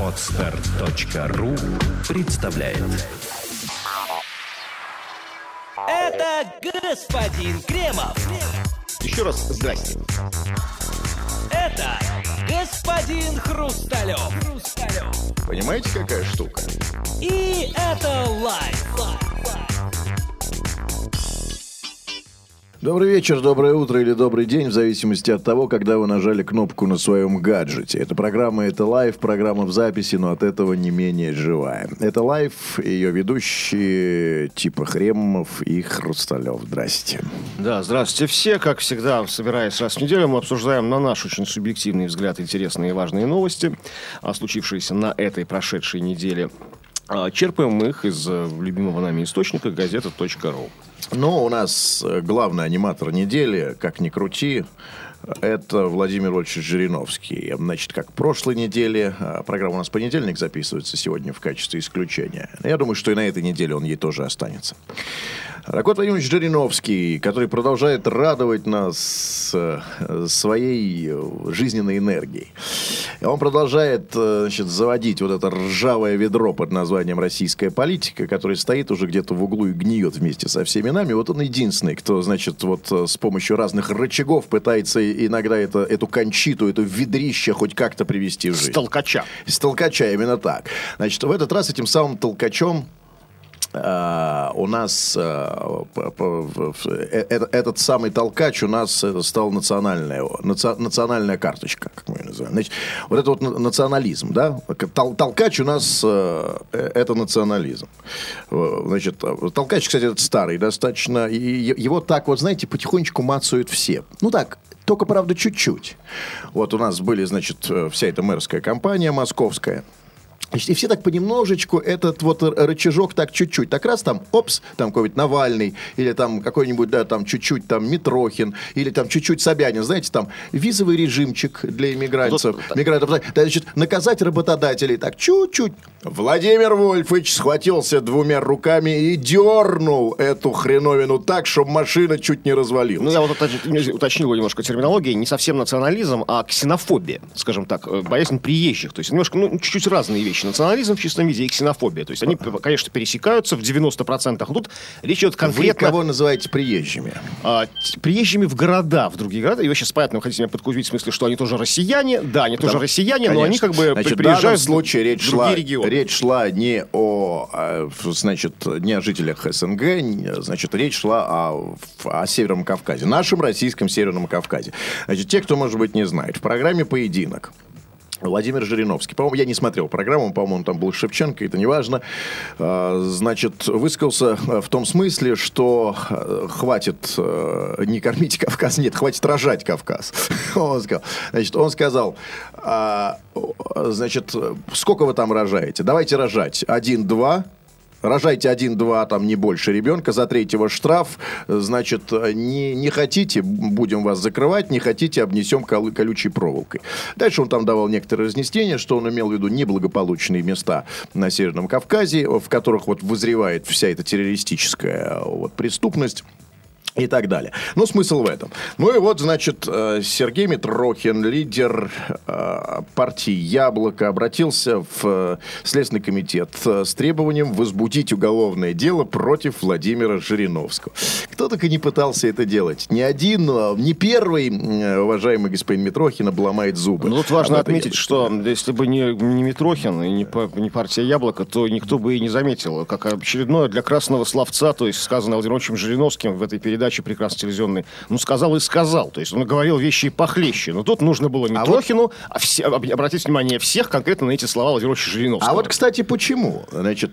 Podster.ru представляет. Это господин Кремов. Еще раз здрасте. Это господин Хрусталев. Понимаете, какая штука? И это лайв. Добрый вечер, доброе утро или добрый день, в зависимости от того, когда вы нажали кнопку на своем гаджете. Эта программа «Это лайв», программа в записи, но от этого не менее живая. Это лайв, ее ведущие типа Хремов и Хрусталев. Здрасте. Да, здравствуйте все. Как всегда, собираясь раз в неделю, мы обсуждаем на наш очень субъективный взгляд интересные и важные новости, случившиеся на этой прошедшей неделе. Черпаем их из любимого нами источника газета.ру. Ну, у нас главный аниматор недели, как ни крути, это Владимир Вольфович Жириновский. Значит, как в прошлой неделе, программа у нас в понедельник записывается сегодня в качестве исключения. Я думаю, что и на этой неделе он ей тоже останется. Так вот, Владимир Жириновский, который продолжает радовать нас своей жизненной энергией. Он продолжает, значит, заводить вот это ржавое ведро под названием «Российская политика», которое стоит уже где-то в углу и гниет вместе со всеми нами. Вот он единственный, кто, значит, вот с помощью разных рычагов пытается иногда эту кончиту, это ведрище хоть как-то привести в жизнь. С толкача. С толкача, именно так. Значит, в этот раз этим самым толкачом у нас этот самый толкач у нас стал национальная карточка, как мы ее называем. Значит, вот это вот национализм, да? Толкач у нас это национализм. Значит, толкач, кстати, этот старый достаточно. И его так вот, знаете, потихонечку мацают все. Ну так, только, правда, чуть-чуть. Вот у нас были, значит, вся эта мэрская кампания московская. И все так понемножечку этот вот рычажок так чуть-чуть. Так раз там, опс, там какой-нибудь Навальный, или там какой-нибудь, да, там чуть-чуть там Митрохин, или там чуть-чуть Собянин. Знаете, там визовый режимчик для иммигрантов. Значит, наказать работодателей так чуть-чуть. Владимир Вольфович схватился двумя руками и дернул эту хреновину так, чтобы машина чуть не развалилась. Ну, я вот уточнил немножко терминологии. Не совсем национализм, а ксенофобия, скажем так. Боязнь приезжих. То есть немножко, чуть-чуть разные вещи. Национализм в чистом виде и ксенофобия. То есть они, конечно, пересекаются в 90%. Но тут речь идет конкретно... Вы кого называете приезжими? Приезжими в города, в другие города. И вы сейчас, понятно, вы хотите меня подкупить в смысле, что они тоже россияне. Да, они тоже россияне, конечно. Но они как бы, значит, приезжают в другие регионы. Речь шла не о жителях СНГ, значит, речь шла о Северном Кавказе. Нашем российском Северном Кавказе. Значит, те, кто, может быть, не знает, в программе «Поединок» Владимир Жириновский, по-моему, я не смотрел программу, по-моему, там был Шевченко, это не важно, значит, высказался в том смысле, что хватит не кормить Кавказ, нет, хватит рожать Кавказ. Он сказал, значит, сколько вы там рожаете? Давайте рожать 1-2. Рожайте 1-2, там не больше ребенка, за третьего штраф, значит, не хотите, будем вас закрывать, не хотите, обнесем колючей проволокой. Дальше он там давал некоторые разъяснения, что он имел в виду неблагополучные места на Северном Кавказе, в которых вот вызревает вся эта террористическая вот преступность. И так далее. Но смысл в этом. Ну и вот, значит, Сергей Митрохин, лидер партии «Яблоко», обратился в Следственный комитет с требованием возбудить уголовное дело против Владимира Жириновского. Кто только не пытался это делать. Ни один, ни первый, уважаемый господин Митрохин, обломает зубы. Ну, тут важно отметить, что если бы не Митрохин и не партия «Яблоко», то никто бы и не заметил, как очередное для красного словца, то есть сказанное Владимиром Владимировичем Жириновским в этой передаче прекрасно телевизионной, сказал и сказал. То есть он говорил вещи похлеще. Но тут нужно было Митрохину обратить внимание всех конкретно на эти слова Владимира Владимировича Жириновского. А вот, кстати, почему? Значит,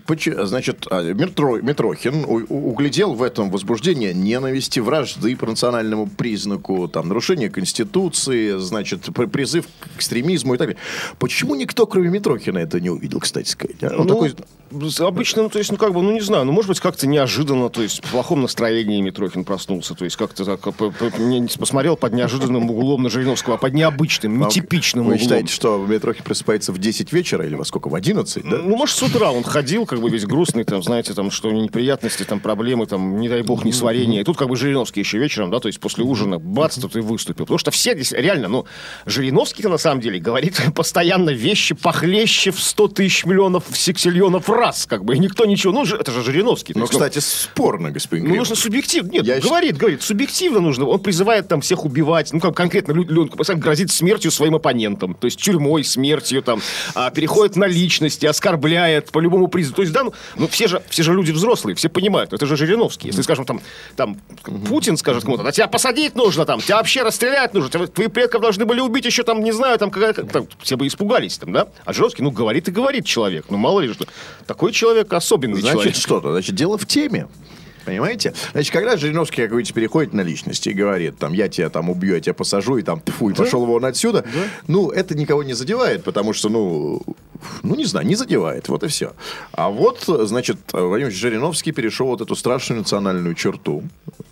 Митрохин углядел в этом возбуждение ненависти, вражды по национальному признаку, там, нарушение Конституции, значит, призыв к экстремизму и так далее. Почему никто, кроме Митрохина, это не увидел, кстати сказать? Обычно, то есть, не знаю, может быть, как-то неожиданно, то есть в плохом настроении Митрохин проснулся. То есть как-то так не посмотрел под неожиданным углом на Жириновского, а под необычным, нетипичным углом. Вы считаете, что Митрохин просыпается в 10 вечера или во сколько? В 11, да? Ну, может, с утра он ходил, как бы весь грустный, там, знаете, там, что неприятности, там, проблемы, там, не дай бог, несварение. И тут как бы Жириновский еще вечером, да, то есть после ужина, бац, тут и выступил. Потому что все здесь реально, ну, Жириновский на самом деле говорит постоянно вещи похлеще в 100 тысяч миллионов сексильонов раз, как бы, и никто ничего, ну, это же Жириновский. Ну, кстати, спорно, господин Кремов. Ну, нужно субъективно, нет, говорит, субъективно нужно, он призывает там всех убивать, ну, как конкретно он грозит смертью своим оппонентам, то есть тюрьмой, смертью, там, переходит на личности, оскорбляет по любому призыву, то есть, да, ну, все же люди взрослые, все понимают, это же Жириновский, если, скажем, там Путин скажет кому-то, тебя посадить нужно, там, тебя вообще расстрелять нужно, твои предков должны были убить еще, там, не знаю, там, там все бы испугались, там, да, а Жириновский, ну, говорит и говорит человек, ну, мало ли, что такой человек особенный человек. Значит, что-то, значит, дело в теме. Понимаете? Значит, когда Жириновский, как говорите, переходит на личности и говорит, там, я тебя там убью, я тебя посажу, и там, тьфу, и пошел вон отсюда, ну, это никого не задевает, потому что, ну, не знаю, не задевает, вот и все. А вот, значит, Владимир Жириновский перешел вот эту страшную национальную черту,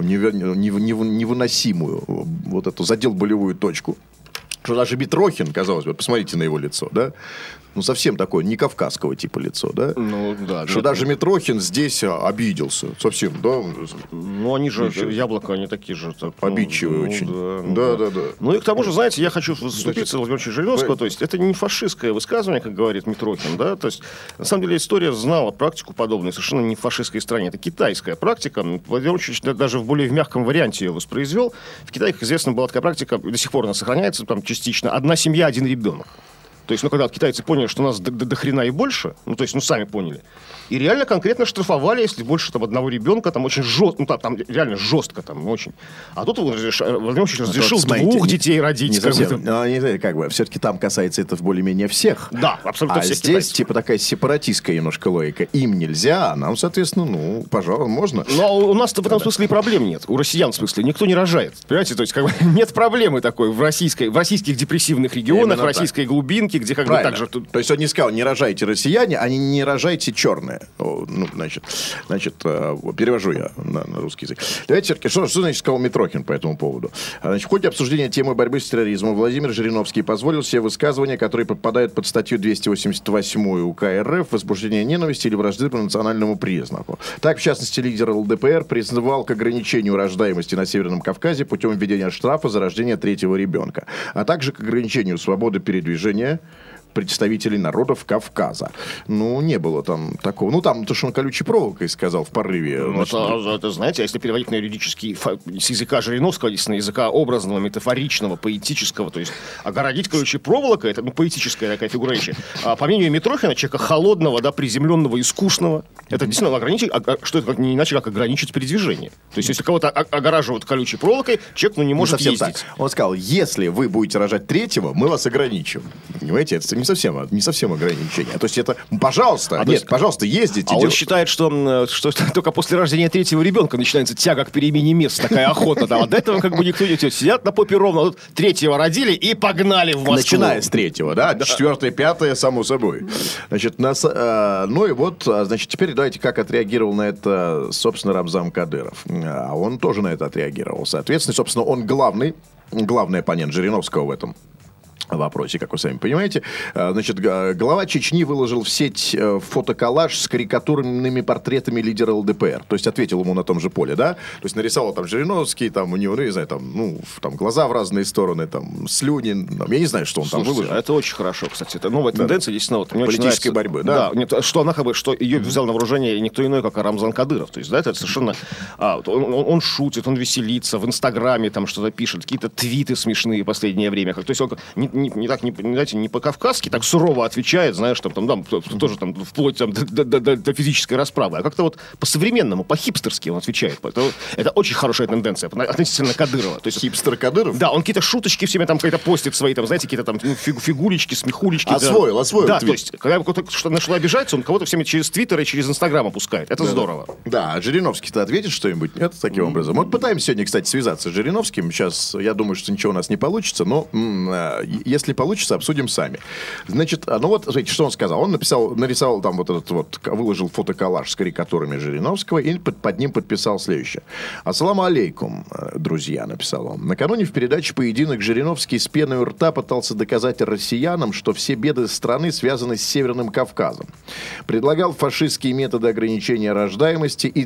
невыносимую, вот эту задел болевую точку, что даже Митрохин, казалось бы, посмотрите на его лицо, да, ну, совсем такое, не кавказского типа лицо, да? Ну, да. Что даже Митрохин здесь обиделся. Совсем, да? Ну, они же, яблоко, они такие же. Так, обидчивые очень. Да. Ну, и к тому же, знаете, я хочу вступиться Владимира Жириновского, то есть это не фашистское высказывание, как говорит Митрохин, да? То есть, на самом деле, история знала практику подобную, совершенно не в фашистской стране. Это китайская практика. Владимир Ильич даже в более мягком варианте ее воспроизвел. В Китае, как известно, была такая практика, до сих пор она сохраняется, там, частично. Одна семья, один ребенок. То есть, ну, когда китайцы поняли, что у нас до хрена и больше, ну, то есть, ну, сами поняли, и реально конкретно штрафовали, если больше там одного ребенка, там очень жестко, ну, там реально жестко, там, очень. А тут Владимир Ильич разрешил двух детей родить. Не совсем, как бы, все-таки там касается это более-менее всех. Да, абсолютно всех. А здесь, типа, такая сепаратистская немножко логика. Им нельзя, а нам, соответственно, ну, пожалуй, можно. Но у нас-то в этом смысле и проблем нет. У россиян, в смысле, никто не рожает. Понимаете, то есть, как бы, нет проблемы такой в российских депрессив регионах, в российской глубинке, где как бы так же... То есть он не сказал, не рожайте россияне, а не рожайте черные. Ну, значит, перевожу я на русский язык. Давайте все-таки, что значит сказал Митрохин по этому поводу? Значит, в ходе обсуждения темы борьбы с терроризмом Владимир Жириновский позволил себе высказывания, которые попадают под статью 288 УК РФ «Возбуждение ненависти или вражды по национальному признаку». Так, в частности, лидер ЛДПР призывал к ограничению рождаемости на Северном Кавказе путем введения штрафа за рождение третьего ребенка, а также к ограничению свободы передвижения представителей народов Кавказа. Ну, не было там такого. Ну, там, то, что он колючей проволокой сказал в порыве. Ну, это, знаете, если переводить на юридический, с языка Жириновского, на языка образного, метафоричного, поэтического, то есть огородить колючей проволокой, это, ну, поэтическая такая фигура речи. А по мнению Митрохина, человека холодного, да, приземленного и скучного, это действительно ограничить, что это не иначе, как ограничить передвижение. То есть, если кого-то огораживают колючей проволокой, человек, ну, не может ездить. Так. Он сказал, если вы будете рожать третьего, мы вас ограничим. Понимаете, это не совсем ограничение. То есть это, пожалуйста, пожалуйста, ездите. А он считает, что только после рождения третьего ребенка начинается тяга к перемене мест, такая охота. А до этого как бы никто не сидят на попе ровно. Вот третьего родили и погнали в Москву. Начиная с третьего, да? Четвертое, пятое, само собой. Значит, ну и вот, значит, теперь давайте, как отреагировал на это, собственно, Рамзан Кадыров. А он тоже на это отреагировал. Соответственно, собственно, он главный оппонент Жириновского в этом вопросе, как вы сами понимаете. Значит, глава Чечни выложил в сеть фотоколлаж с карикатурными портретами лидера ЛДПР. То есть ответил ему на том же поле, да? То есть нарисовал там Жириновский, там у него, ну, не знаю, там глаза в разные стороны, там слюни, там, я не знаю, что он там выложил. Это очень хорошо, кстати. Это новая тенденция, действительно, вот, мне политической очень борьбы, да? Да, что она как бы, что ее взял на вооружение никто иной, как Рамзан Кадыров. То есть, да, это совершенно... Он шутит, он веселится, в Инстаграме там что-то пишет, какие-то твиты смешные в последнее время. То есть он не по-кавказски так сурово отвечает, знаешь, там тоже там, вплоть там, до физической расправы, а как-то вот по-современному, по-хипстерски он отвечает. Это очень хорошая тенденция относительно Кадырова. То есть, хипстер Кадыров? Да, он какие-то шуточки все время там какие-то постит свои, там, знаете, какие-то там фигулечки, смехулечки. Освоил да, твит. То есть, когда кто-то на что обижается, он кого-то всеми через Твиттер и через Инстаграм опускает. Это здорово. Да, а Жириновский-то ответит что-нибудь? Нет, таким образом. Вот пытаемся сегодня, кстати, связаться с Жириновским. Сейчас, я думаю, что ничего у нас не получится, но если получится, обсудим сами. Значит, ну вот, смотрите, что он сказал. Он нарисовал там вот этот вот, выложил фотоколлаж с карикатурами Жириновского и под ним подписал следующее. «Ассаламу алейкум, друзья», написал он. Накануне в передаче «Поединок» Жириновский с пеной у рта пытался доказать россиянам, что все беды страны связаны с Северным Кавказом. Предлагал фашистские методы ограничения рождаемости и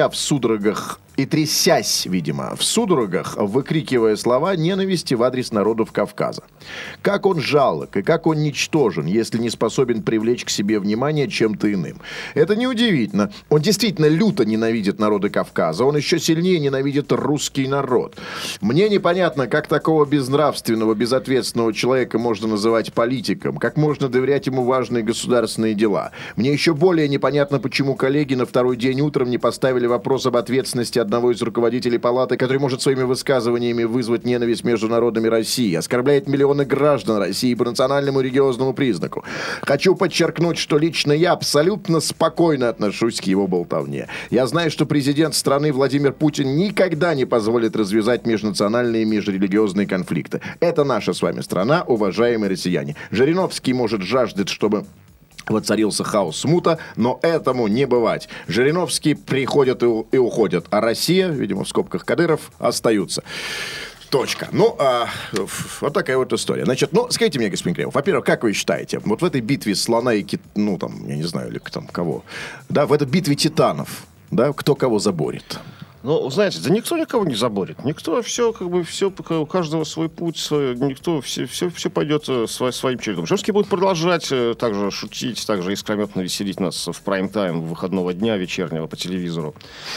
трясясь, видимо, в судорогах, выкрикивая слова ненависти в адрес народов Кавказа. Как он жалок и как он ничтожен, если не способен привлечь к себе внимание чем-то иным. Это неудивительно. Он действительно люто ненавидит народы Кавказа. Он еще сильнее ненавидит русский народ. Мне непонятно, как такого безнравственного, безответственного человека можно называть политиком, как можно доверять ему важные государственные дела. Мне еще более непонятно, почему коллеги на второй день утром не поставили вопрос об ответственности одного из руководителей палаты, который может своими высказываниями вызвать ненависть между народами России, оскорбляет миллионы граждан России по национальному и религиозному признаку. Хочу подчеркнуть, что лично я абсолютно спокойно отношусь к его болтовне. Я знаю, что президент страны Владимир Путин никогда не позволит развязать межнациональные и межрелигиозные конфликты. Это наша с вами страна, уважаемые россияне. Жириновский, может, жаждет, чтобы воцарился хаос, смута, но этому не бывать. Жириновские приходят и уходят, а Россия, видимо, в скобках Кадыров, остаются. Точка. Ну, вот такая вот история. Значит, скажите мне, господин Кремов, во-первых, как вы считаете, вот в этой битве слона и я не знаю, или там кого, да, в этой битве титанов, да, кто кого заборет? Ну, знаете, да никто никого не заборет. Никто, все, у каждого свой путь, никто, все пойдет своим чередом. Жириновский будет продолжать также шутить, также искрометно веселить нас в прайм-тайм выходного дня вечернего по телевизору.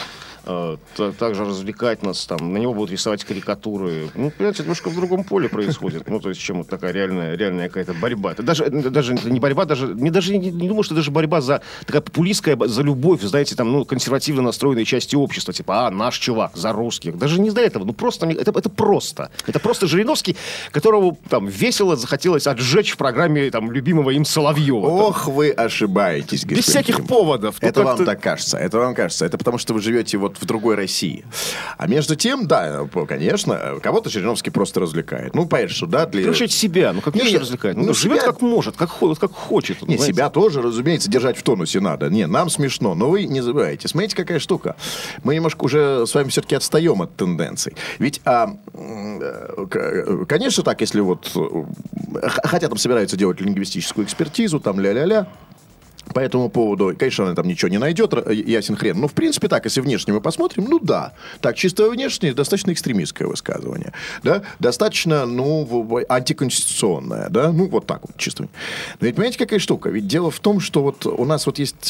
Также развлекать нас, там, на него будут рисовать карикатуры. Ну, понимаете, это немножко в другом поле происходит. Ну, то есть, чем вот такая реальная какая-то борьба. Это даже не борьба, мне даже не думаю, что это даже борьба за такая популистская, за любовь, знаете, там, консервативно настроенной части общества. Типа, наш чувак, за русских. Даже не из-за этого. Просто, это просто. Это просто Жириновский, которого там весело захотелось отжечь в программе там любимого им Соловьева. Ох, вы ошибаетесь, господин без всяких поводов. Это вам так кажется. Это вам кажется. Это потому, что вы живете вот в другой России. А между тем, да, конечно, кого-то Жириновский просто развлекает. Ну, понятно, да, для... Включать себя, как не развлекает. Живет как может, как хочет. Не, себя тоже, разумеется, держать в тонусе надо. Не, нам смешно, но вы не забывайте. Смотрите, какая штука. Мы немножко уже с вами все-таки отстаем от тенденций. Ведь, конечно, так, если вот... Хотя там собираются делать лингвистическую экспертизу, там ля-ля-ля. По этому поводу, конечно, она там ничего не найдет, ясен хрен. Но, в принципе, так, если внешне мы посмотрим, да. Так, чисто внешне, достаточно экстремистское высказывание. Да? Достаточно, антиконституционное. Да? Вот так вот, чисто. Но ведь, понимаете, какая штука? Ведь дело в том, что вот у нас вот есть,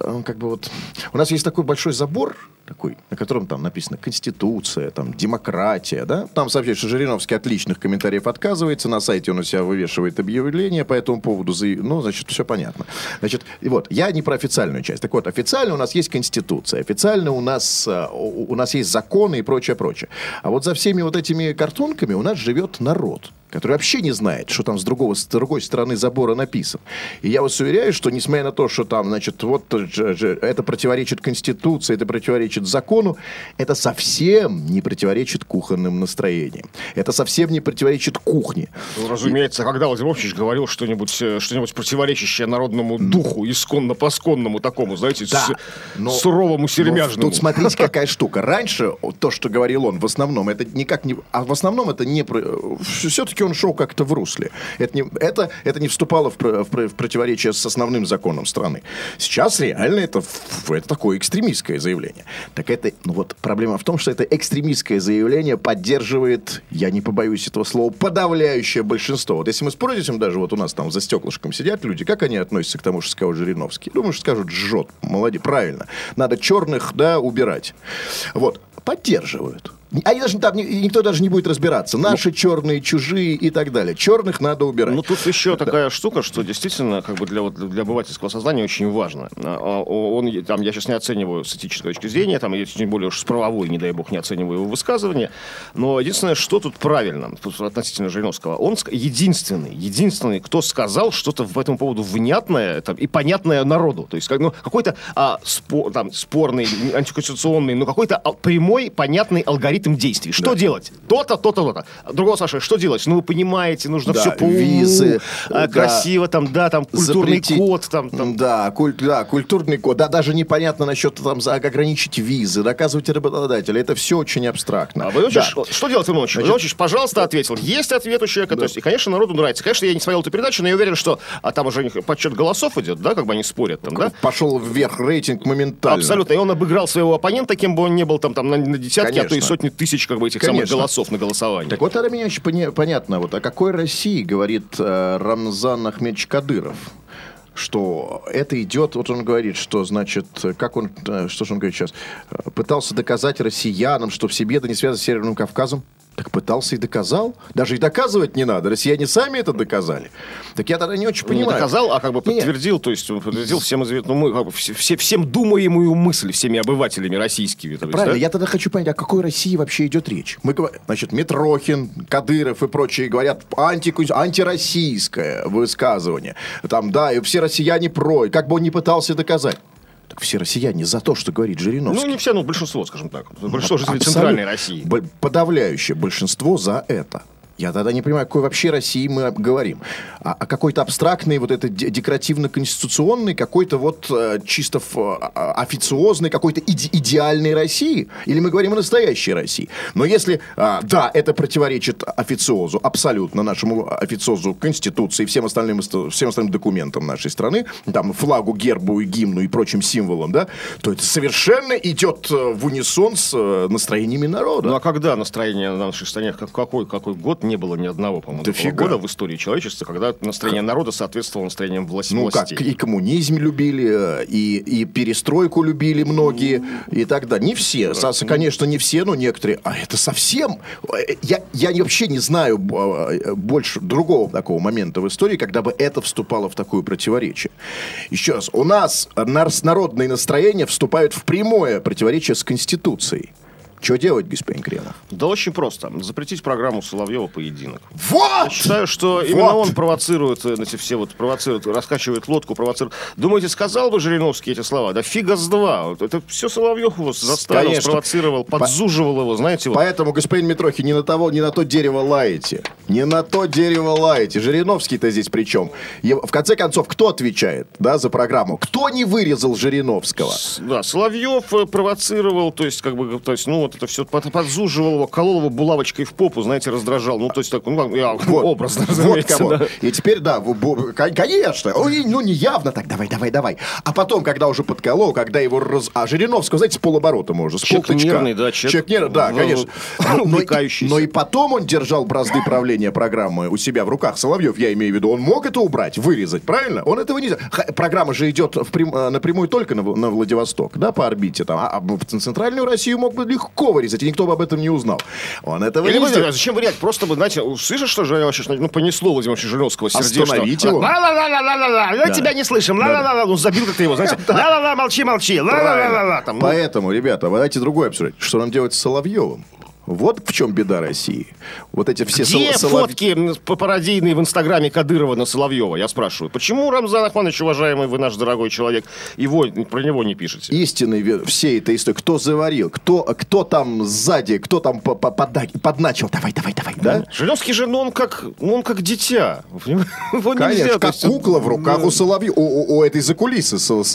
у нас есть такой большой забор, на котором там написано Конституция, там, демократия, да? Там сообщают, что Жириновский от личных комментариев отказывается, на сайте он у себя вывешивает объявление по этому поводу, значит, все понятно. Значит, и вот, я не про официальную часть. Так вот, официально у нас есть Конституция, официально у нас есть законы и прочее. А вот за всеми вот этими картонками у нас живет народ, который вообще не знает, что там с другой стороны забора написано. И я вас уверяю, что несмотря на то, что там, значит, вот это противоречит Конституции, это противоречит закону, это совсем не противоречит кухонным настроениям. Это совсем не противоречит кухне. Ну, разумеется, когда Владимир Владимирович говорил что-нибудь противоречащее народному духу, исконно-посконному такому, знаете, суровому, сермяжному. Тут смотрите, какая штука. Раньше то, что говорил он, в основном, это никак не... А в основном это не... Все-таки он шел как-то в русле. Это не вступало в противоречие с основным законом страны. Сейчас реально это такое экстремистское заявление. Так это... проблема в том, что это экстремистское заявление поддерживает, я не побоюсь этого слова, подавляющее большинство. Вот если мы спросим, даже вот у нас там за стеклышком сидят люди, как они относятся к тому, что сказал Жириновский? Думаю, что скажут, жжет. Молодец, правильно. Надо черных, убирать. Поддерживают. Никто даже не будет разбираться. Наши черные, чужие и так далее. Черных надо убирать. Тут еще такая штука, что действительно для обывательского сознания очень важно. Я сейчас не оцениваю с этической точки зрения, и тем более уж с правовой, не дай бог, не оцениваю его высказывания. Но единственное, что тут правильно относительно Жириновского, он единственный, кто сказал что-то в этом поводу внятное и понятное народу. То есть какой-то спорный, антиконституционный, но какой-то прямой, понятный алгоритм алфавитом действий. Что делать? То-то, то-то, то-то. Другого спрашивает, что делать? Ну, вы понимаете, нужно все по визы, красиво, там, культурный запретить, код. Там. Да, культурный код. Да, даже непонятно насчет там, ограничить визы, доказывать работодателя. Это все очень абстрактно. А Владимир Владимирович, что делать, Владимир Владимирович? Пожалуйста, ответил. Есть ответ у человека. То есть, и, конечно, народу нравится. Конечно, я не смотрел эту передачу, но я уверен, что там уже у них подсчет голосов идет, да, как бы они спорят там, да? Пошел вверх рейтинг моментально. Абсолютно. И он обыграл своего оппонента, кем бы он ни был, там на десятки, Конечно. а то и сотни тысяч как бы этих самых голосов на голосование. Так вот, это мне очень понятно, вот о какой России говорит Рамзан Ахмедович Кадыров. Что это идет, вот он говорит, что, значит, что же он говорит сейчас, пытался доказать россиянам, что в себе это не связано с Северным Кавказом. Так пытался и доказал. Даже и доказывать не надо. Россияне сами это доказали. Так я тогда не очень понимаю. Не доказал, а как бы подтвердил. Нет. То есть подтвердил всем известную, как бы, всем думаемую мысль всеми обывателями российскими. Правильно. Есть, да? Я тогда хочу понять, о какой России вообще идет речь. Мы говорим, значит, Митрохин, Кадыров и прочие говорят антироссийское высказывание. Там, да, и все россияне как бы он не пытался доказать. Так все россияне за то, что говорит Жириновский. Ну, не все, но большинство, скажем так. Большинство жителей Центральной России. Подавляющее большинство за это. Я тогда не понимаю, о какой вообще России мы говорим. О какой-то абстрактной, вот это декоративно-конституционной, какой-то вот чисто официозной, какой-то идеальной России? Или мы говорим о настоящей России? Но если, да, это противоречит официозу, абсолютно нашему официозу Конституции, всем остальным документам нашей страны, там, флагу, гербу и гимну и прочим символам, да, то это совершенно идет в унисон с настроениями народа. Ну, а когда настроение на нашей стране, какой год? Не было ни одного, по-моему, года в истории человечества, когда настроение народа соответствовало настроениям властей. Ну как, и коммунизм любили, и перестройку любили многие, и так далее. Не все, конечно, не все, но некоторые. А это совсем... Я вообще не знаю больше другого такого момента в истории, когда бы это вступало в такое противоречие. Еще раз, у нас народные настроения вступают в прямое противоречие с Конституцией. Что делать, господин Кремов? Да очень просто. Запретить программу Соловьева «Поединок». Вот! Я считаю, что именно он провоцирует, эти все вот провоцирует, раскачивает лодку, провоцирует. Думаете, сказал бы Жириновский эти слова? Да фига с два. Это все Соловьев его заставил, конечно, спровоцировал, подзуживал его, знаете. Поэтому, господин Митрохин, не на то дерево лаете. Не на то дерево лаете. Жириновский-то здесь при чем? В конце концов, кто отвечает, да, за программу? Кто не вырезал Жириновского? Да, Соловьев провоцировал, то есть, вот это все подзуживал его, колол его булавочкой в попу, знаете, раздражал. Ну, то есть, так, образно, разумеется. Вот кого. Да. И теперь, да, конечно, ну, не явно так, давай. А потом, когда уже подколол, когда его А Жириновского, знаете, с полоборота можно, с человек нервный, да, человек нервный, да, конечно. Увлекающийся. Но и потом он держал бразды правления программы у себя в руках. Соловьев, я имею в виду, он мог это убрать, вырезать, правильно? Он этого не... Программа же идет напрямую только на Владивосток, да, по орбите там. А в Центральную Россию мог бы легко вырезать, и никто бы об этом не узнал. Он этого не сделал. Зачем вырезать? Просто бы, знаете, слышишь, что же вообще понесло Владимира Жириновского сердечно? Остановить его. Ла-ла-ла-ла-ла-ла, я тебя не слышим. Ла-ла-ла-ла, ну забил как-то его, знаете. Ла-ла-ла, молчи. Ла-ла-ла-ла. Поэтому, ребята, давайте другое обсуждать. Что нам делать с Соловьевым? Вот в чем беда России. Вот эти все Где фотки пародийные в Инстаграме Кадырова на Соловьева, я спрашиваю. Почему, Рамзан Ахманович, уважаемый, вы наш дорогой человек, про него не пишете? Истинной всей этой истории. Кто заварил? Кто там сзади? Кто там подначил? Давай, да? Жириновский же, он как дитя. Конечно, как кукла в руках у Соловьева. У этой закулисы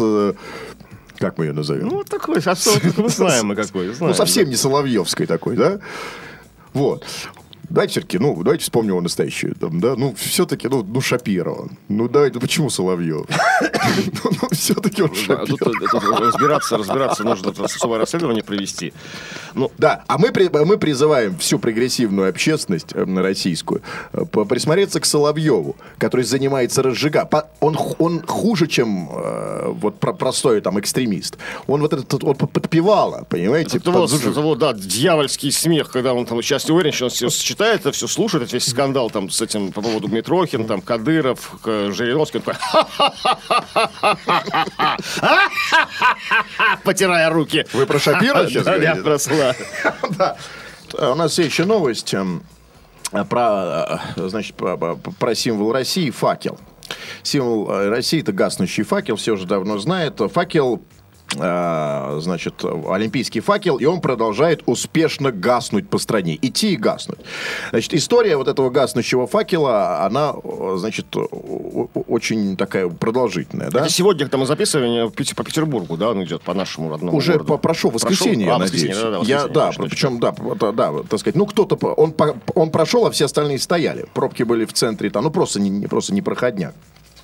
как мы ее назовем? Ну, такой, мы знаем мы какой. Ну, совсем не Соловьевской такой, да? Вот. Давайте все-таки, давайте вспомним его настоящую. Там, да? все-таки, Шапирова. Давайте, почему Соловьев? Все-таки он Шапиров. Разбираться нужно, особое расследование провести. Да, а мы призываем всю прогрессивную общественность российскую присмотреться к Соловьеву, который занимается Он хуже, чем вот простой там экстремист. Он вот этот подпевало, понимаете? Да, дьявольский смех, когда он там сейчас уверен, что он все читает, это все слушает, это весь скандал там с этим по поводу Митрохин, там Кадыров, Жириновский, он такой потирая руки. Вы про Шапира сейчас говорите? Я про Соловьева. Да. У нас следующая новость про символ России — факел. Символ России — это гаснущий факел, все уже давно знают. Факел значит, олимпийский факел, и он продолжает успешно гаснуть по стране. Идти и гаснуть. Значит, история вот этого гаснущего факела, она, значит, очень такая продолжительная. Да? Это сегодня, когда мы записываем, по Петербургу, да, он идет по нашему родному уже городу. прошло воскресенье, я надеюсь. Причем, так сказать, ну, кто-то, он прошел, а все остальные стояли. Пробки были в центре, там, ну, просто не проходняк.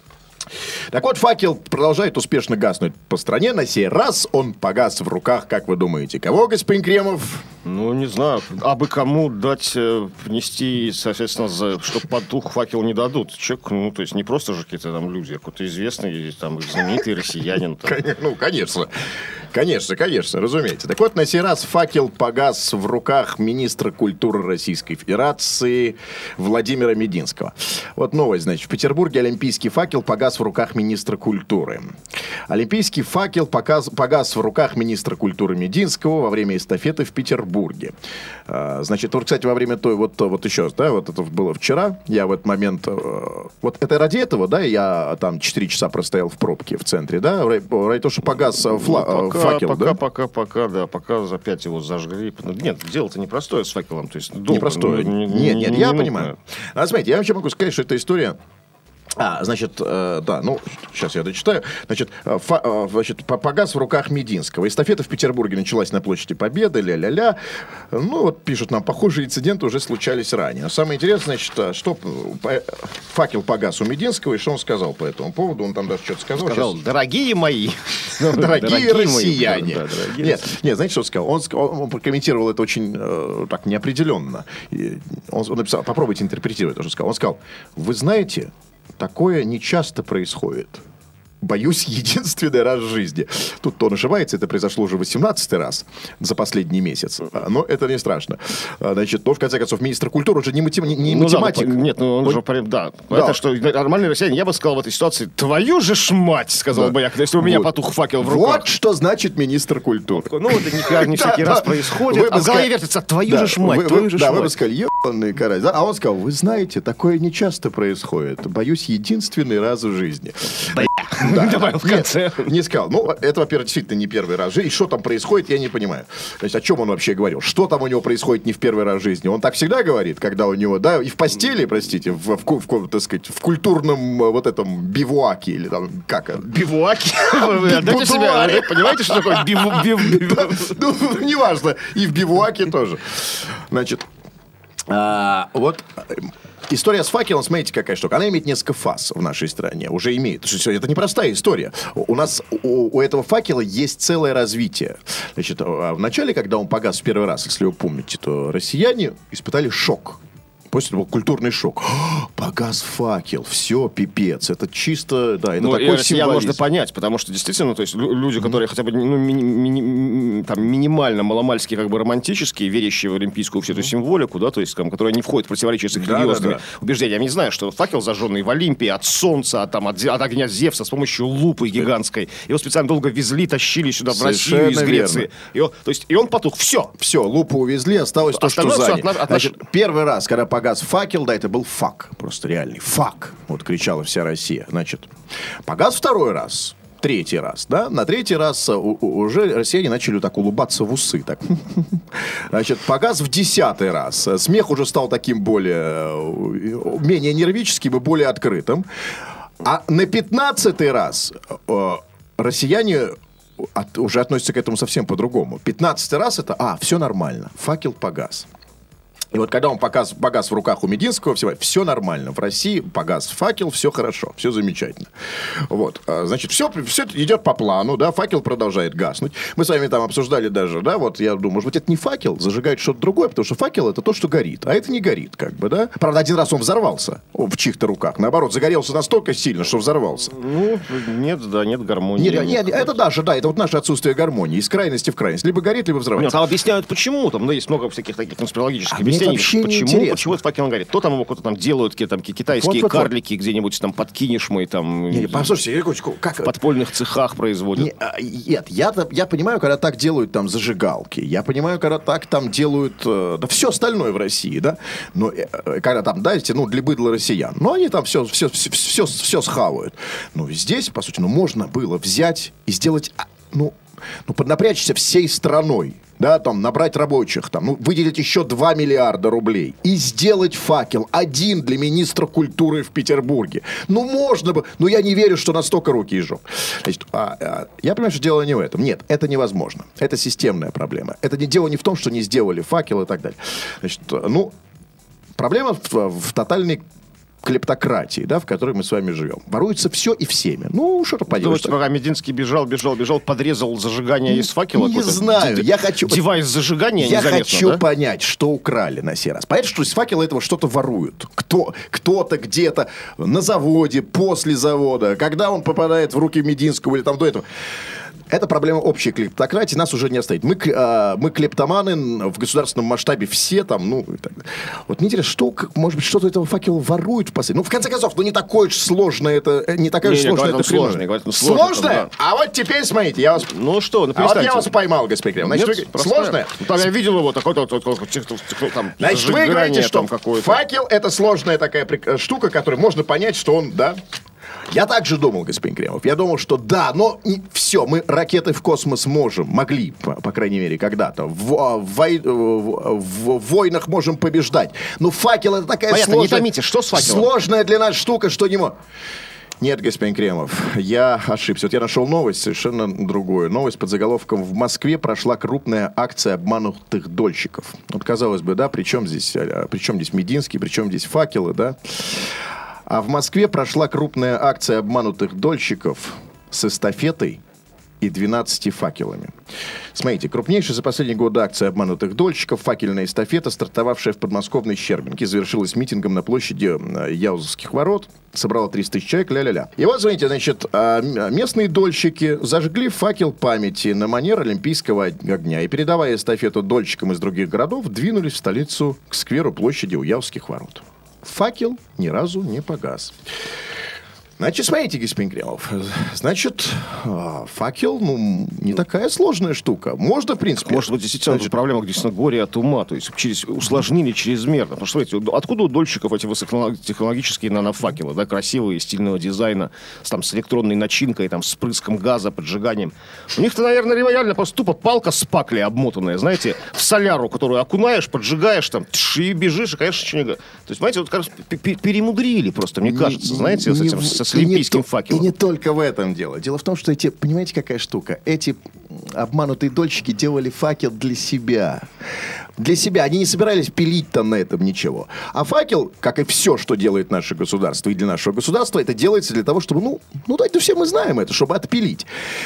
Так вот, факел продолжает успешно гаснуть по стране. На сей раз он погас в руках, как вы думаете, кого, господин Кремов? Ну, не знаю. А бы кому дать внести, соответственно, чтобы потух факел не дадут? Человек, ну, то есть не просто же какие-то там люди, а какой-то известный, там, знаменитый россиянин. Там. Ну, конечно. Конечно, разумеется. Так вот, на сей раз факел погас в руках министра культуры Российской Федерации Владимира Мединского. Вот новость, значит. В Петербурге олимпийский факел погас в руках министра культуры. Олимпийский факел погас в руках министра культуры Мединского во время эстафеты в Петербурге. Значит, вот, кстати, во время той, вот еще раз, да, вот это было вчера, я в этот момент, вот это ради этого, да, я там 4 часа простоял в пробке в центре, да, ради того, что погас факел, да? Пока за 5 его зажгли. Нет, дело-то непростое с факелом, то есть долго. Непростое. Нет, я понимаю. А смотрите, я вообще могу сказать, что эта история... значит, да, ну, сейчас я дочитаю. Значит, погас в руках Мединского. Эстафета в Петербурге началась на площади Победы, ля-ля-ля. Ну, вот пишут нам, похожие инциденты уже случались ранее. Но самое интересное, значит, что факел погас у Мединского, и что он сказал по этому поводу? Он там даже что-то сказал. Сказал, дорогие мои. Дорогие россияне. Нет, знаете, что он сказал? Он прокомментировал это очень так неопределенно. Он написал, попробуйте интерпретировать то, что сказал. Он сказал, вы знаете... Такое нечасто происходит. Боюсь, единственный раз в жизни. Тут он ошибается, это произошло уже 18-й раз за последний месяц. Но это не страшно. Значит, но в конце концов, министр культуры уже не математик. Да, нет, ну он же, да. Это что, нормальный россиянин, я бы сказал в этой ситуации, твою же ж мать, сказал бы я, если у меня потух факел в руках. Вот что значит министр культуры. Ну, это не всякий раз происходит, а в голове вертится, твою же ж мать, твою же ж мать. Да, вы бы сказали, ебаный карась. А он сказал, вы знаете, такое нечасто происходит. Боюсь, единственный раз в жизни. Да, добавил в конце. Не сказал. Ну, это, во-первых, действительно не первый раз в жизни. И что там происходит, я не понимаю. Значит, о чем он вообще говорил? Что там у него происходит не в первый раз в жизни? Он так всегда говорит, когда у него, да, и в постели, простите, так сказать, в культурном вот этом бивуаке, или там, как это? Бивуаке? Дайте себя, понимаете, что такое бивуак? Ну, неважно. И в бивуаке тоже. Значит, вот... История с факелом, смотрите, какая штука. Она имеет несколько фаз в нашей стране. Уже имеет. Это непростая история. У нас у этого факела есть целое развитие. Значит, в начале, когда он погас в первый раз, если вы помните, то россияне испытали шок. После этого культурный шок. Погас факел, все, пипец. Это чисто, да, это такой символизм. Можно понять, потому что действительно, то есть люди, которые хотя бы минимально, маломальски как бы романтические, верящие в олимпийскую всю эту символику, да, то есть которые не входят в противоречие с их религиозными убеждениями. Я не знаю, что факел, зажженный в Олимпии от солнца, от огня Зевса с помощью лупы гигантской, его специально долго везли, тащили сюда в Россию из Греции. И он потух. Все, лупу увезли, осталось то, что сзади. Значит, первый раз, когда погас факел, да, это был фак, просто реальный фак, вот кричала вся Россия. Значит, погас второй раз, третий раз, да, на третий раз уже россияне начали так улыбаться в усы, так. Значит, погас в 10-й раз, смех уже стал таким менее нервическим и более открытым, а на 15-й раз россияне уже относятся к этому совсем по-другому. 15-й раз это, все нормально, факел погас. И вот когда он погас в руках у Мединского, все нормально. В России погас факел, все хорошо, все замечательно. Вот. Значит, все идет по плану, да, факел продолжает гаснуть. Мы с вами там обсуждали даже, да, вот я думаю, может быть, это не факел, зажигает что-то другое, потому что факел это то, что горит, а это не горит, как бы, да. Правда, один раз он взорвался в чьих-то руках. Наоборот, загорелся настолько сильно, что взорвался. Ну, нет гармонии. Нет, это даже, да, это вот наше отсутствие гармонии. Из крайности в крайность. Либо горит, либо взрывается. Нет, объясняют, почему. Там есть много всяких таких конспирологических объяснений. Почему этот факел горит? То там его кто-то там делают, какие-то там китайские карлики где-нибудь там под Кинешмой, там послушайте, Якутчику, как в подпольных цехах производят. Нет, я понимаю, когда так делают там зажигалки, я понимаю, когда так там делают все остальное в России, да, но когда там, дайте, для быдла россиян, но они там все схавают. Здесь, по сути, можно было взять и сделать, поднапрячься всей страной, да, там, набрать рабочих, там, выделить еще 2 миллиарда рублей и сделать факел один для министра культуры в Петербурге. Можно бы, но я не верю, что настолько руки и жоп. Значит, я понимаю, что дело не в этом. Нет, это невозможно. Это системная проблема. Это дело не в том, что не сделали факел и так далее. Значит, проблема в тотальной клептократии, да, в которой мы с вами живем. Воруется все и всеми. Что-то поделаешь. Пока Мединский бежал, подрезал зажигание из факела. Не знаю, я хочу... Девайс зажигания незаметно, Я хочу понять, что украли на сей раз. Понятно, что из факела этого что-то воруют. Кто-то где-то на заводе, после завода, когда он попадает в руки Мединского или там до этого. Это проблема общей клептократии, нас уже не оставит. Мы клептоманы в государственном масштабе все там, и так далее. Вот мне интересно, может быть, что-то этого факела воруют в последнем. В конце концов, не такое уж сложное это, не такая уж сложная это хрень. Сложное? Да. А вот теперь, смотрите, я вас... я вас поймал, господин Кремов. Значит, сложное? Я видел его, такой там... Значит, вы говорите, что факел это сложная такая штука, которую можно понять, что он, да... Я также думал, господин Кремов. Я думал, что да, но все, мы ракеты в космос могли, по крайней мере, когда-то. В войнах можем побеждать. Но факел это такая сложная... Не томите, что с факелом? Сложная для нас штука, что не может... Нет, господин Кремов, я ошибся. Я нашел новость, совершенно другую. Новость под заголовком: в Москве прошла крупная акция обманутых дольщиков. Казалось бы, да, при чем здесь Мединский, при чем здесь факелы, да? А в Москве прошла крупная акция обманутых дольщиков с эстафетой и 12 факелами. Смотрите, крупнейшая за последние годы акция обманутых дольщиков, факельная эстафета, стартовавшая в подмосковной Щербинке, завершилась митингом на площади Яузовских ворот, собрала 300 тысяч человек, ля-ля-ля. И вот, смотрите, местные дольщики зажгли факел памяти на манер олимпийского огня и, передавая эстафету дольщикам из других городов, двинулись в столицу к скверу площади у Яузских ворот. Факел ни разу не погас. Значит, смотрите, господин Кремов. Значит, факел, не такая сложная штука. Можно, в принципе... Может быть, действительно, проблема действительно горе от ума. То есть, усложнили чрезмерно. Потому что, смотрите, откуда у дольщиков эти высокотехнологические нанофакелы, да, красивые, стильного дизайна, с электронной начинкой, с прыском газа, поджиганием. У них-то, наверное, реально просто тупо палка с паклей обмотанная, знаете, в соляру, которую окунаешь, поджигаешь, и бежишь, и, конечно, ничего не... То есть, знаете, перемудрили просто, мне кажется, знаете, с этим... с олимпийским факелом. И не только в этом дело. Дело в том, что понимаете, какая штука? Эти обманутые дольщики делали факел для себя. Для себя. Они не собирались пилить на этом ничего. А факел, как и все, что делает наше государство, и для нашего государства, это делается для того, чтобы, это все мы знаем это, чтобы отпилить.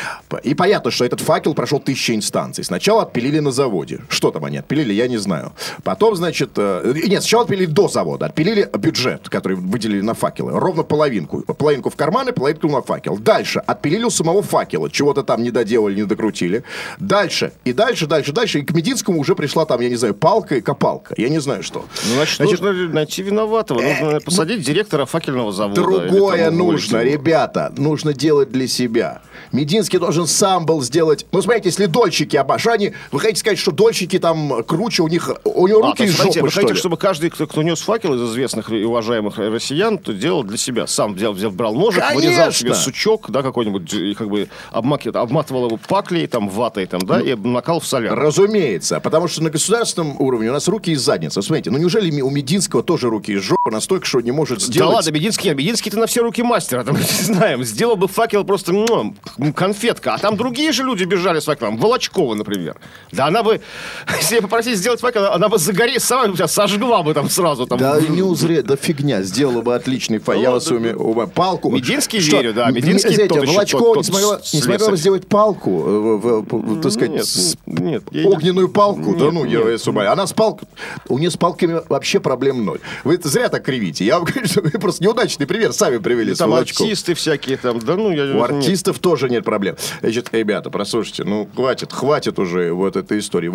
И понятно, что этот факел прошел 1000 инстанций. Сначала отпилили на заводе. Что там они отпилили, я не знаю. Потом, сначала отпилили до завода. Отпилили бюджет, который выделили на факелы. Ровно половинку. Половинку в карманы, половинку на факел. Дальше отпилили у самого факела. Чего-то там не доделали, не докрутили. Дальше. И дальше. И к Мединскому уже пришла я не знаю, палка и копалка. Я не знаю, что. Значит, нужно найти виноватого. Нужно посадить директора факельного завода. Другое нужно, ребята. Нужно делать для себя. Мединский должен сам был сделать... смотрите, если дольщики вы хотите сказать, что дольщики круче, у него руки из жопы, вы хотите, чтобы каждый, кто нес факел из известных и уважаемых россиян, то делал для себя. Сам брал ножик, вырезал себе сучок, да, какой-нибудь, и обматывал его паклей, ватой, и накал в соляр. Разумеется, потому что на государственном уровне у нас руки из задницы. Смотрите, неужели у Мединского тоже руки из жопы настолько, что не может сделать... Да ладно, Мединский-то на все руки мастера, мы не знаем. Сделал бы факел просто конфетка, а там другие же люди бежали с факелом. Волочкова, например. Да она бы, если попросить сделать факел, она бы сама тебя сожгла бы сразу. Да фигня, сделала бы отличный факел. Я вас палку. Мединский верю, да. Мединский Волочкова не смогла бы сделать палку, так сказать, огненную палку. Она с палкой. У нее с палками вообще проблем ноль. Вы зря так кривите. Я вам говорю, что вы просто неудачный пример сами привели. Там артисты всякие У артистов тоже нет проблем. Значит, ребята, послушайте, хватит уже вот этой истории.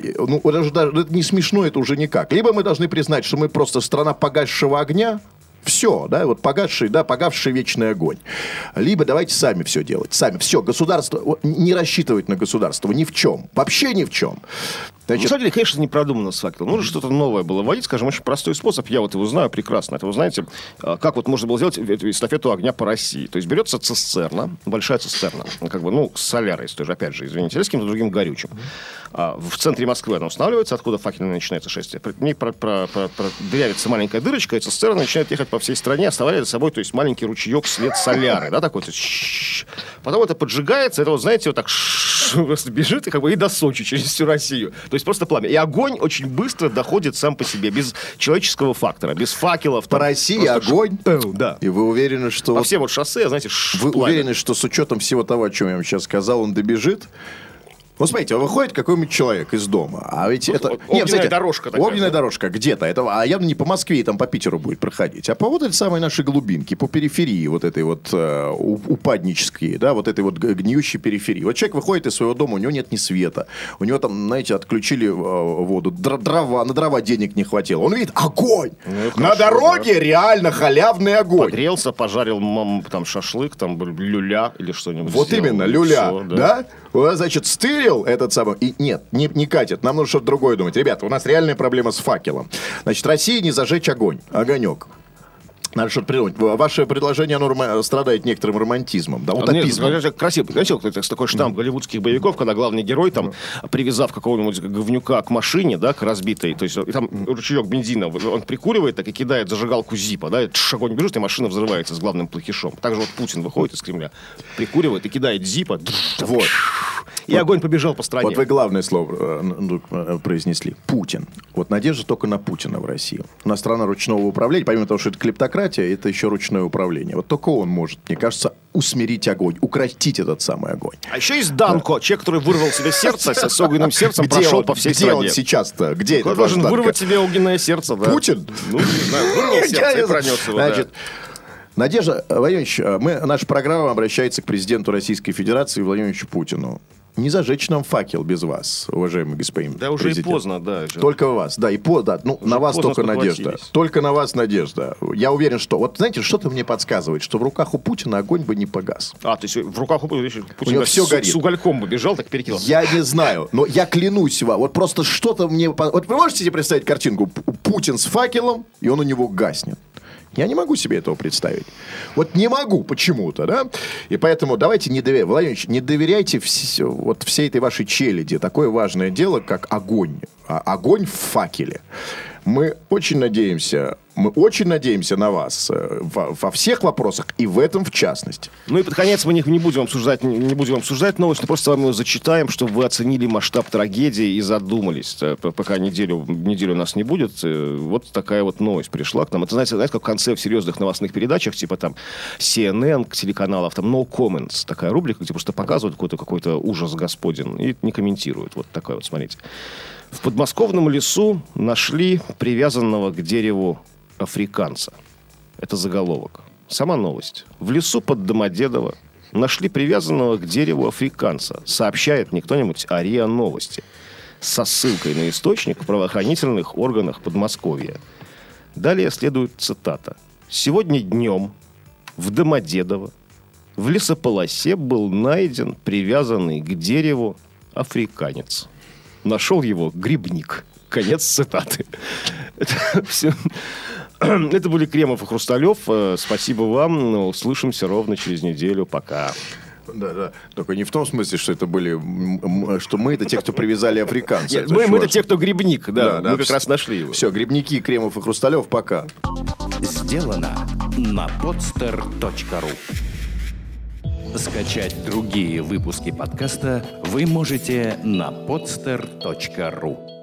Это не смешно, это уже никак. Либо мы должны признать, что мы просто страна погасшего огня. Все, да, погасший вечный огонь. Либо давайте сами все делать. Сами. Все, государство, не рассчитывать на государство ни в чем. Вообще ни в чем. Значит, на самом деле, конечно, не продумано с факелом. Нужно что-то новое было вводить, скажем, очень простой способ. Я вот его знаю прекрасно. Это вы знаете, как вот можно было сделать эту эстафету огня по России. То есть берется цистерна, большая цистерна, как бы, ну, с солярой, с той же, опять же, извините, или с каким-то другим горючим. В центре Москвы она устанавливается, откуда факельное начинается шествие. В ней дырявится маленькая дырочка, и цистерна начинает ехать по всей стране, оставляя за собой, то есть, маленький ручеек, след соляры, да, такой. Потом это поджигается, это, вот, знаете, вот так просто бежит и, как бы, и до Сочи через всю Россию. То есть просто пламя. И огонь очень быстро доходит сам по себе, без человеческого фактора, без факелов. По России огонь? Да. И вы уверены, что... По всем вот шоссе, знаете, Вы пламя. уверены, что с учетом всего того, о чем я вам сейчас сказал, он добежит? Ну, смотрите, выходит какой-нибудь человек из дома, а ведь это... Огненная дорожка такая. Огненная дорожка где-то. Это, а явно не по Москве и там по Питеру будет проходить, а по вот этой самой нашей глубинке, по периферии вот этой вот упаднической, да, вот этой вот гниющей периферии. Вот человек выходит из своего дома, у него нет ни света, у него там, знаете, отключили воду, на дрова денег не хватило. Он видит огонь! На дороге реально халявный огонь. Погрелся, пожарил там шашлык, там люля или что-нибудь. Вот сделал, именно, и люля, всё, да? Вот, значит, стырил этот самый... И нет, не катит. Нам нужно что-то другое думать. Ребята, у нас реальная проблема с факелом. Значит, России не зажечь огонек. Надо что-то придумать. Ваше предложение, оно страдает некоторым романтизмом, да, утопизмом. Нет, красиво. Знаете, такой штамп голливудских боевиков, когда главный герой, там, привязав какого-нибудь говнюка к машине, да, к разбитой, то есть и там ручеек бензина, он прикуривает, так и кидает зажигалку зипа, да, огонь бежит, и машина взрывается с главным плохишом. Также вот Путин выходит из Кремля, прикуривает и кидает зипа, Вот. и огонь побежал по стране. Вот вы главное слово произнесли. Путин. Вот надежда только на Путина в России. У нас страна ручного управления, помимо того, что это клептократия, это еще ручное управление. Вот только он может, мне кажется, усмирить огонь, укротить этот самый огонь. А еще есть Данко, человек, который вырвал себе сердце, с огненным сердцем прошел по всей стране. Где он сейчас-то? Где Кто этот должен ваш Данко? вырвать себе огненное сердце, да? Путин? Ну, не знаю, вырвал сердце и пронес его, Значит, да. Надежда Владимирович, наша программа обращается к президенту Российской Федерации Владимиру Владимировичу Путину. Не зажечь нам факел без вас, уважаемый господин Да уже президент. и поздно, да. Только вас, да, да, ну, на вас только надежда. спохватились. Только на вас надежда. Я уверен, что... Вот знаете, что-то мне подсказывает, что в руках у Путина огонь бы не погас. А, то есть в руках у Путина него все горит. с угольком бы бежал, так перекидал. Я не знаю, но я клянусь вам, вот просто что-то мне... Вот вы можете себе представить картинку? Путин с факелом, и он у него гаснет. Я не могу себе этого представить. Вот не могу почему-то, да? И поэтому давайте не доверяйте. Владимир Ильич, не доверяйте вот всей этой вашей челяди. Такое важное дело, как огонь. Огонь в факеле. Мы очень надеемся на вас во всех вопросах, и в этом в частности. Ну и под конец мы не будем обсуждать новость, но просто вам ее зачитаем, чтобы вы оценили масштаб трагедии и задумались. Пока неделю у нас не будет, вот такая вот новость пришла к нам. Это, знаете, как в конце в серьезных новостных передачах, типа там CNN, телеканалов, там No Comments, такая рубрика, где просто показывают какой-то ужас господин и не комментируют. Вот такая вот, смотрите. В подмосковном лесу нашли привязанного к дереву африканца. Это заголовок. Сама новость. В лесу под Домодедово нашли привязанного к дереву африканца. Сообщает не кто-нибудь, а РИА Новости. Со ссылкой на источник в правоохранительных органах Подмосковья. Далее следует цитата. «Сегодня днем в Домодедово в лесополосе был найден привязанный к дереву африканец. Нашел его грибник». Конец цитаты. Это были Кремов и Хрусталев. Спасибо вам. Услышимся ровно через неделю. Пока. Да. Только не в том смысле, что это были... Что мы это те, кто привязали африканцев. Нет, мы это те, кто грибник. Да, мы как раз нашли его. Все, грибники, Кремов и Хрусталев, пока. Сделано на podster.ru. Скачать другие выпуски подкаста вы можете на podster.ru.